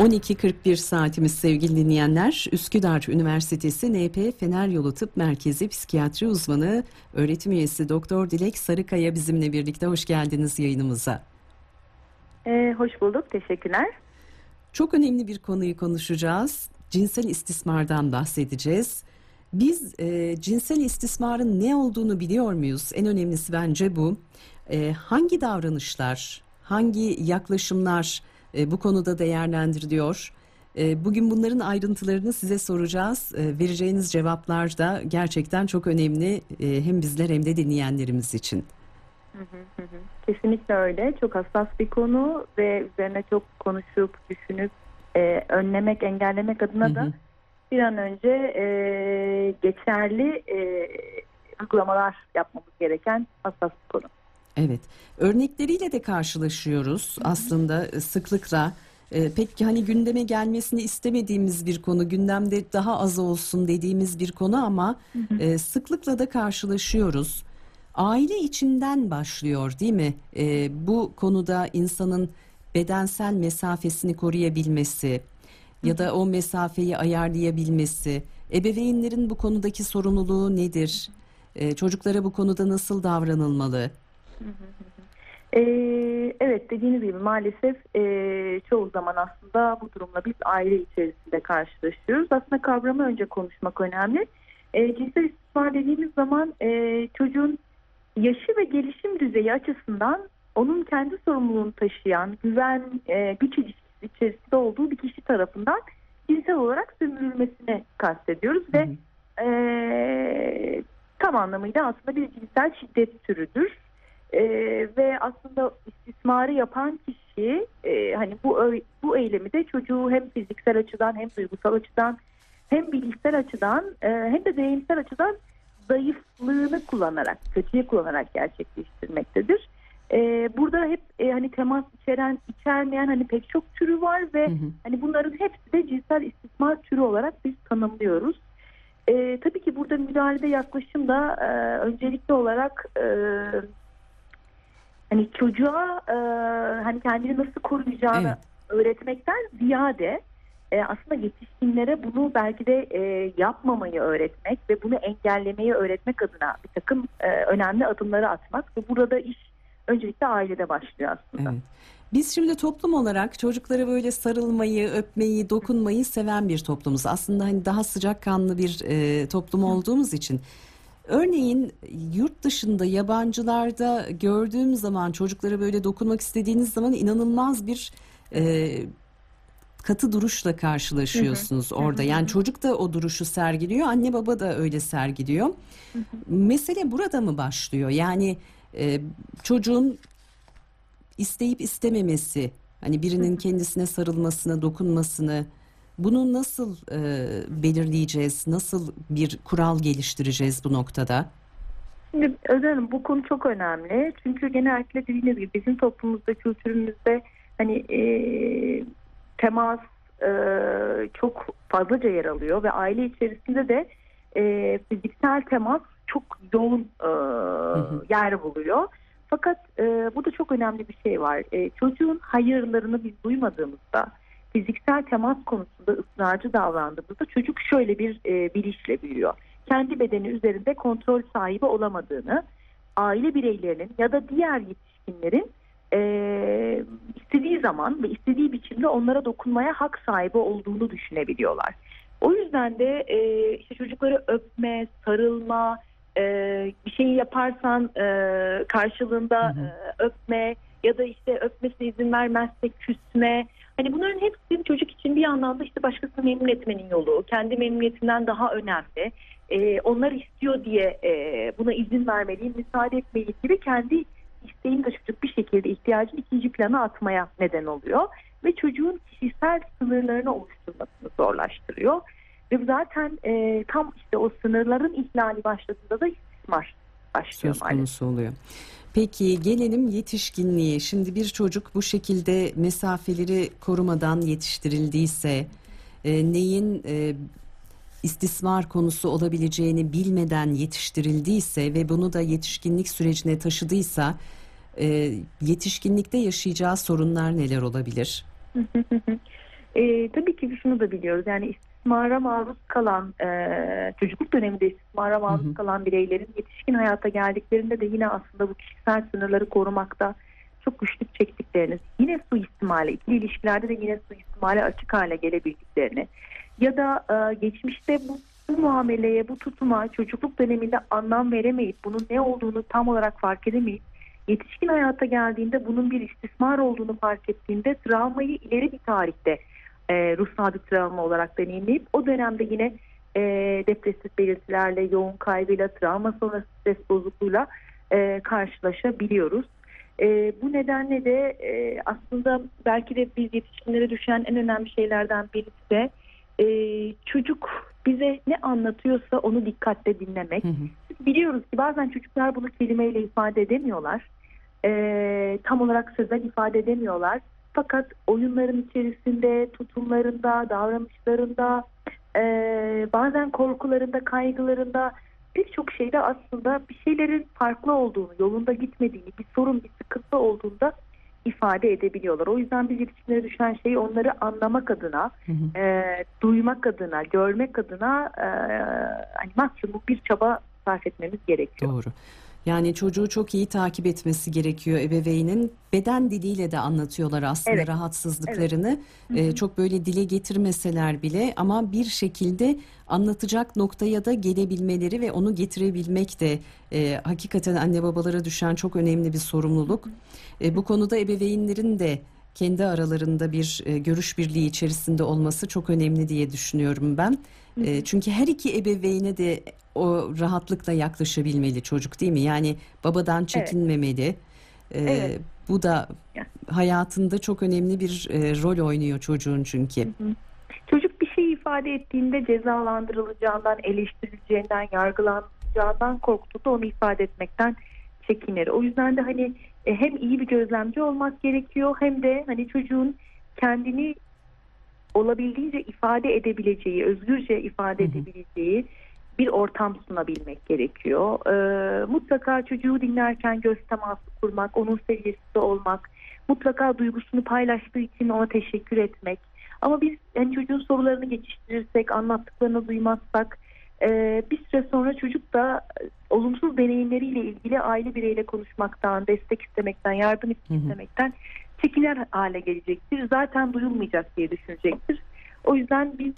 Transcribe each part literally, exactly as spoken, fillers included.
on iki kırk bir saatimiz sevgili dinleyenler. Üsküdar Üniversitesi N P Fener Yolu Tıp Merkezi Psikiyatri Uzmanı öğretim üyesi Doktor Dilek Sarıkaya bizimle birlikte. Hoş geldiniz yayınımıza. Ee, hoş bulduk, teşekkürler. Çok önemli bir konuyu konuşacağız. Cinsel istismardan bahsedeceğiz. Biz e, cinsel istismarın ne olduğunu biliyor muyuz? En önemlisi bence bu. E, hangi davranışlar, hangi yaklaşımlar e, bu konuda değerlendiriliyor? E, bugün bunların ayrıntılarını size soracağız. E, vereceğiniz cevaplar da gerçekten çok önemli e, hem bizler hem de dinleyenlerimiz için. Hı hı hı. Kesinlikle öyle. Çok hassas bir konu ve üzerine çok konuşup, düşünüp e, önlemek, engellemek adına hı hı. da bir an önce e, geçerli e, uygulamalar yapmamız gereken hassas bir konu. Evet. Örnekleriyle de karşılaşıyoruz hı hı. aslında sıklıkla. E, pek hani gündeme gelmesini istemediğimiz bir konu, gündemde daha az olsun dediğimiz bir konu ama hı hı. E, sıklıkla da karşılaşıyoruz. Aile içinden başlıyor değil mi? E, bu konuda insanın bedensel mesafesini koruyabilmesi ya da o mesafeyi ayarlayabilmesi, ebeveynlerin bu konudaki sorumluluğu nedir? E, çocuklara bu konuda nasıl davranılmalı? Ee, evet, dediğiniz gibi maalesef e, çoğu zaman aslında bu durumla biz aile içerisinde karşılaşıyoruz. Aslında kavramı önce konuşmak önemli. E, cinsel istismar dediğimiz zaman e, çocuğun yaşı ve gelişim düzeyi açısından onun kendi sorumluluğunu taşıyan, güven, e, güç ilişkisi içerisinde olduğu bir kişi tarafından cinsel olarak sömürülmesine kastediyoruz. Hı hı. Ve e, tam anlamıyla aslında bir cinsel şiddet türüdür. E, ve aslında istismarı yapan kişi e, hani bu bu eylemi de çocuğu hem fiziksel açıdan hem duygusal açıdan hem bilişsel açıdan e, hem de zihinsel açıdan zayıflığını kullanarak, kötüye kullanarak gerçekleştirmektedir. Ee, burada hep e, hani temas içeren, içermeyen hani pek çok türü var ve hı hı. hani bunların hepsi de cinsel istismar türü olarak biz tanımlıyoruz. Ee, tabii ki burada müdahalede yaklaşım da e, öncelikli olarak e, hani çocuğa e, hani kendini nasıl koruyacağını evet. öğretmekten ziyade E, aslında yetişkinlere bunu belki de e, yapmamayı öğretmek ve bunu engellemeyi öğretmek adına bir takım e, önemli adımları atmak ve burada iş öncelikle ailede başlıyor aslında. Evet. Biz şimdi toplum olarak çocuklara böyle sarılmayı, öpmeyi, dokunmayı seven bir toplumuz. Aslında hani daha sıcakkanlı bir e, toplum olduğumuz için. Örneğin yurt dışında, yabancılarda gördüğüm zaman çocuklara böyle dokunmak istediğiniz zaman inanılmaz bir e, katı duruşla karşılaşıyorsunuz hı hı. orada. Yani çocuk da o duruşu sergiliyor, anne baba da öyle sergiliyor. Hı hı. Mesele burada mı başlıyor? Yani e, çocuğun isteyip istememesi, hani birinin kendisine sarılmasını, dokunmasını, bunu nasıl e, belirleyeceğiz? Nasıl bir kural geliştireceğiz bu noktada? Şimdi Özlem Hanım, bu konu çok önemli. Çünkü genellikle dediğiniz gibi bizim toplumumuzda, kültürümüzde hani e, temas e, çok fazlaca yer alıyor ve aile içerisinde de e, fiziksel temas çok yoğun e, hı hı. yer buluyor. Fakat e, burada çok önemli bir şey var. E, çocuğun hayırlarını biz duymadığımızda, fiziksel temas konusunda ısrarcı davrandığımızda çocuk şöyle bir e, bilinçle büyüyor. Kendi bedeni üzerinde kontrol sahibi olamadığını, aile bireylerinin ya da diğer yetişkinlerin e, istediği zaman ve istediği biçimde onlara dokunmaya hak sahibi olduğunu düşünebiliyorlar. O yüzden de e, işte çocukları öpme, sarılma, e, bir şeyi yaparsan e, karşılığında hı hı. E, öpme ya da işte öpmesine izin vermezse küsme. Hani bunların hepsi çocuk için bir anlamda işte başkasını memnun etmenin yolu, kendi memnuniyetinden daha önemli. Ee, onlar istiyor diye e, buna izin vermeliyim, müsaade etmeliyim gibi kendi isteğini de çocuk bir şekilde ihtiyacını ikinci plana atmaya neden oluyor. Ve çocuğun kişisel sınırlarını oluşturmasını zorlaştırıyor. Ve zaten e, tam işte o sınırların ihlali başladığında da istismar başlıyor. Söz konusu oluyor. Peki gelelim yetişkinliğe. Şimdi bir çocuk bu şekilde mesafeleri korumadan yetiştirildiyse, e, neyin e, istismar konusu olabileceğini bilmeden yetiştirildiyse ve bunu da yetişkinlik sürecine taşıdıysa, e, yetişkinlikte yaşayacağı sorunlar neler olabilir? E, tabii ki şunu da biliyoruz. Yani istismara maruz kalan, e, çocukluk döneminde istismara maruz Hı hı. kalan bireylerin yetişkin hayata geldiklerinde de yine aslında bu kişisel sınırları korumakta çok güçlük çektiklerini, yine suistimale, ikili ilişkilerde de yine suistimale açık hale gelebildiklerini ya da e, geçmişte bu, bu muameleye, bu tutuma çocukluk döneminde anlam veremeyip, bunun ne olduğunu tam olarak fark edemeyip, yetişkin hayata geldiğinde bunun bir istismar olduğunu fark ettiğinde travmayı ileri bir tarihte e, ruhsal bir travma olarak deneyimleyip o dönemde yine e, depresif belirtilerle, yoğun kaybıyla, travma sonrası stres bozukluğuyla e, karşılaşabiliyoruz. E, bu nedenle de e, aslında belki de biz yetişkinlere düşen en önemli şeylerden birisi de e, çocuk bize ne anlatıyorsa onu dikkatle dinlemek. Hı hı. Çünkü biliyoruz ki bazen çocuklar bunu kelimeyle ifade edemiyorlar. E, tam olarak sözel ifade edemiyorlar. Fakat oyunların içerisinde, tutumlarında, davranışlarında, e, bazen korkularında, kaygılarında, pek çok şeyde aslında bir şeylerin farklı olduğunu, yolunda gitmediğini, bir sorun, bir sıkıntı olduğunda ifade edebiliyorlar. O yüzden biz yetişkinlere düşen şeyi onları anlamak adına, Hı hı. e, duymak adına, görmek adına e, hani maksimum bir çaba sarf etmemiz gerekiyor. Doğru. Yani çocuğu çok iyi takip etmesi gerekiyor ebeveynin. Beden diliyle de anlatıyorlar aslında Evet, rahatsızlıklarını. evet. Hı hı. Ee, çok böyle dile getirmeseler bile ama bir şekilde anlatacak noktaya da gelebilmeleri ve onu getirebilmek de e, hakikaten anne babalara düşen çok önemli bir sorumluluk. E, bu konuda ebeveynlerin de kendi aralarında bir e, görüş birliği içerisinde olması çok önemli diye düşünüyorum ben. E, çünkü her iki ebeveyne de o rahatlıkla yaklaşabilmeli çocuk, değil mi? Yani babadan çekinmemeli. E, Evet. bu da Ya. hayatında çok önemli bir e, rol oynuyor çocuğun çünkü. Hı hı. Çocuk bir şey ifade ettiğinde cezalandırılacağından, eleştirileceğinden, yargılanacağından korktuğunda onu ifade etmekten çekinir. O yüzden de hani e, hem iyi bir gözlemci olmak gerekiyor hem de hani çocuğun kendini olabildiğince ifade edebileceği, özgürce ifade Hı hı. edebileceği bir ortam sunabilmek gerekiyor. Ee, mutlaka çocuğu dinlerken göz teması kurmak, onun seviyesinde olmak, mutlaka duygusunu paylaştığı için ona teşekkür etmek. Ama biz yani çocuğun sorularını geçiştirirsek, anlattıklarını duymazsak, e, bir süre sonra çocuk da e, olumsuz deneyimleriyle ilgili aile bireyle konuşmaktan, destek istemekten, yardım Hı hı. istemekten çekiner hale gelecektir. Zaten duyulmayacak diye düşünecektir. O yüzden biz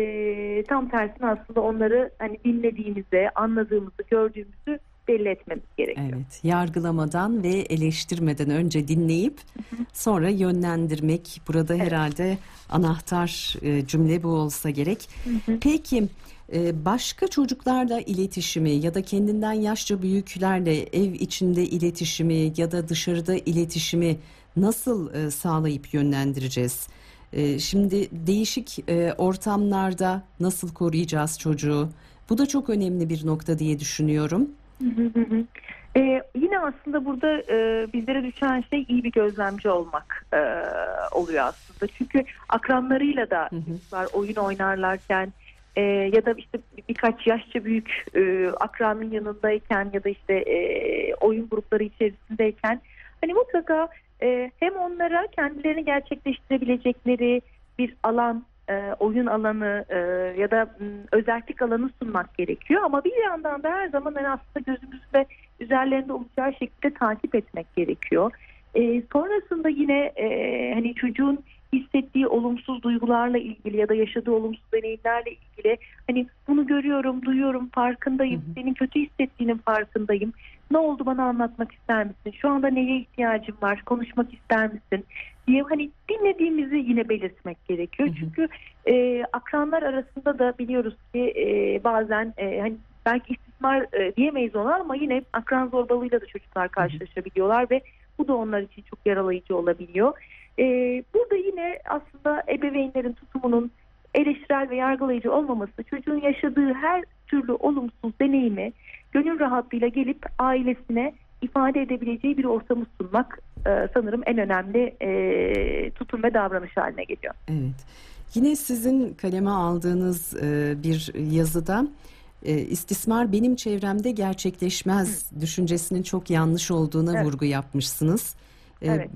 e, tam tersine aslında onları hani dinlediğimizi, anladığımızı, gördüğümüzü belli etmemiz gerekiyor. Evet, yargılamadan ve eleştirmeden önce dinleyip sonra yönlendirmek burada Evet. herhalde anahtar e, cümle bu olsa gerek. Hı hı. Peki e, başka çocuklarla iletişimi ya da kendinden yaşça büyüklerle ev içinde iletişimi ya da dışarıda iletişimi nasıl e, sağlayıp yönlendireceğiz? E, şimdi değişik e, ortamlarda nasıl koruyacağız çocuğu? Bu da çok önemli bir nokta diye düşünüyorum. Hı hı hı. Ee, yine aslında burada e, bizlere düşen şey iyi bir gözlemci olmak e, oluyor aslında. Çünkü akranlarıyla da Hı hı. çocuklar oyun oynarlarken e, ya da işte birkaç yaşça büyük e, akranın yanındayken ya da işte e, oyun grupları içerisindeyken hani mutlaka e, hem onlara kendilerini gerçekleştirebilecekleri bir alan, e, oyun alanı e, ya da m, özellik alanı sunmak gerekiyor. Ama bir yandan da her zaman yani aslında gözümüzde üzerlerinde olacağı şekilde takip etmek gerekiyor. E, sonrasında yine e, hani çocuğun hissettiği olumsuz duygularla ilgili ya da yaşadığı olumsuz deneyimlerle ilgili hani bunu görüyorum, duyuyorum, farkındayım, Hı hı. senin kötü hissettiğinin farkındayım. Ne oldu, bana anlatmak ister misin? Şu anda neye ihtiyacın var? Konuşmak ister misin? Diye hani dinlediğimizi yine belirtmek gerekiyor. Hı hı. Çünkü e, akranlar arasında da biliyoruz ki e, bazen e, hani belki istismar e, diyemeyiz ona ama yine akran zorbalığıyla da çocuklar karşılaşabiliyorlar ve bu da onlar için çok yaralayıcı olabiliyor. E, burada yine aslında ebeveynlerin tutumunun eleştirel ve yargılayıcı olmaması, çocuğun yaşadığı her türlü olumsuz deneyimi gönül rahatlığıyla gelip ailesine ifade edebileceği bir ortamı sunmak e, sanırım en önemli e, tutum ve davranış haline geliyor. Evet. Yine sizin kaleme aldığınız e, bir yazıda e, istismar benim çevremde gerçekleşmez düşüncesinin çok yanlış olduğuna Evet. vurgu yapmışsınız. E, Evet, evet.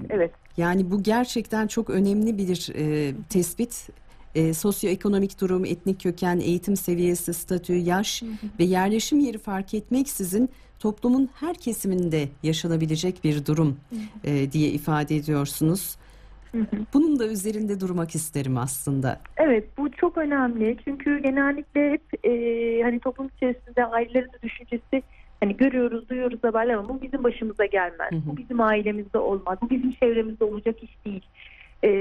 Yani bu gerçekten çok önemli bir e, tespit. E, sosyoekonomik durum, etnik köken, eğitim seviyesi, statü, yaş Hı hı. ve yerleşim yeri fark etmeksizin toplumun her kesiminde yaşanabilecek bir durum e, diye ifade ediyorsunuz. Hı hı. Bunun da üzerinde durmak isterim aslında. Evet, bu çok önemli çünkü genellikle hep e, hani toplum içerisinde ailelerin de düşüncesi, hani görüyoruz, duyuyoruz haberler ama bu bizim başımıza gelmez, Hı hı. bu bizim ailemizde olmaz, bu bizim çevremizde olacak iş değil e,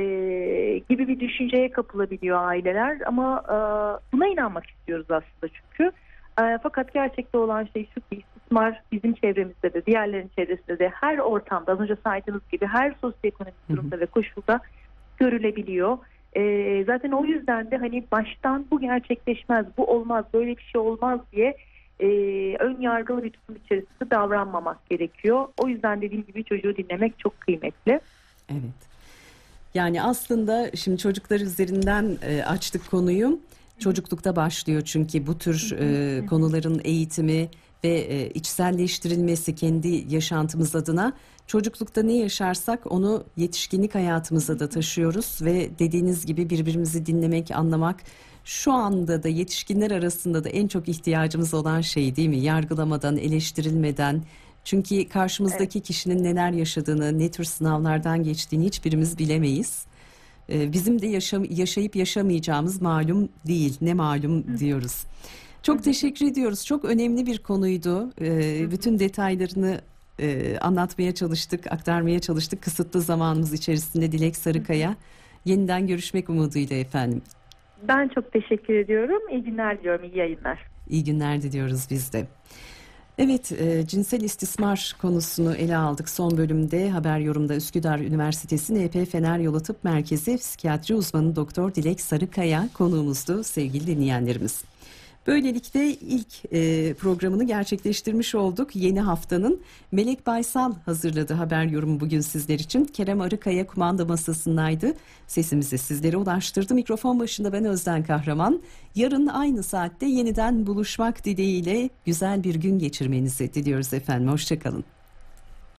gibi bir düşünceye kapılabiliyor aileler ama e, buna inanmak istiyoruz aslında çünkü. E, fakat gerçekte olan şey şu ki istismar bizim çevremizde de, diğerlerin çevresinde de, her ortamda, az önce saydığınız gibi her sosyoekonomik durumda ve koşulda görülebiliyor. E, zaten o yüzden de hani baştan bu gerçekleşmez, bu olmaz, böyle bir şey olmaz diye e, ön yargılı bir tutum içerisinde davranmamak gerekiyor. O yüzden dediğim gibi çocuğu dinlemek çok kıymetli. Evet. Yani aslında şimdi çocuklar üzerinden e, açtık konuyu. Çocuklukta başlıyor çünkü bu tür e, konuların eğitimi ve e, içselleştirilmesi kendi yaşantımız adına. Çocuklukta ne yaşarsak onu yetişkinlik hayatımıza da taşıyoruz ve dediğiniz gibi birbirimizi dinlemek, anlamak şu anda da yetişkinler arasında da en çok ihtiyacımız olan şey, değil mi? Yargılamadan, eleştirilmeden. Çünkü karşımızdaki kişinin neler yaşadığını, ne tür sınavlardan geçtiğini hiçbirimiz bilemeyiz. Ee, Bizim de yaşam, yaşayıp yaşamayacağımız malum değil. Ne malum diyoruz. Çok teşekkür ediyoruz. Çok önemli bir konuydu. Ee, Bütün detaylarını e, anlatmaya çalıştık, aktarmaya çalıştık. Kısıtlı zamanımız içerisinde Dilek Sarıkaya. Yeniden görüşmek umuduyla efendim. Ben çok teşekkür ediyorum. İyi günler diliyorum, iyi yayınlar. İyi günler diliyoruz biz de. Evet, e, cinsel istismar konusunu ele aldık. Son bölümde Haber Yorum'da Üsküdar Üniversitesi N P Fener Yolu Tıp Merkezi Psikiyatri Uzmanı Doktor Dilek Sarıkaya konuğumuzdu sevgili dinleyenlerimiz. Böylelikle ilk e, programını gerçekleştirmiş olduk. Yeni haftanın Melek Baysal hazırladı Haber Yorumu bugün sizler için. Kerem Arıkaya kumanda masasındaydı. Sesimizi sizlere ulaştırdı. Mikrofon başında ben Özden Kahraman. Yarın aynı saatte yeniden buluşmak dileğiyle güzel bir gün geçirmenizi diliyoruz efendim. Hoşça kalın.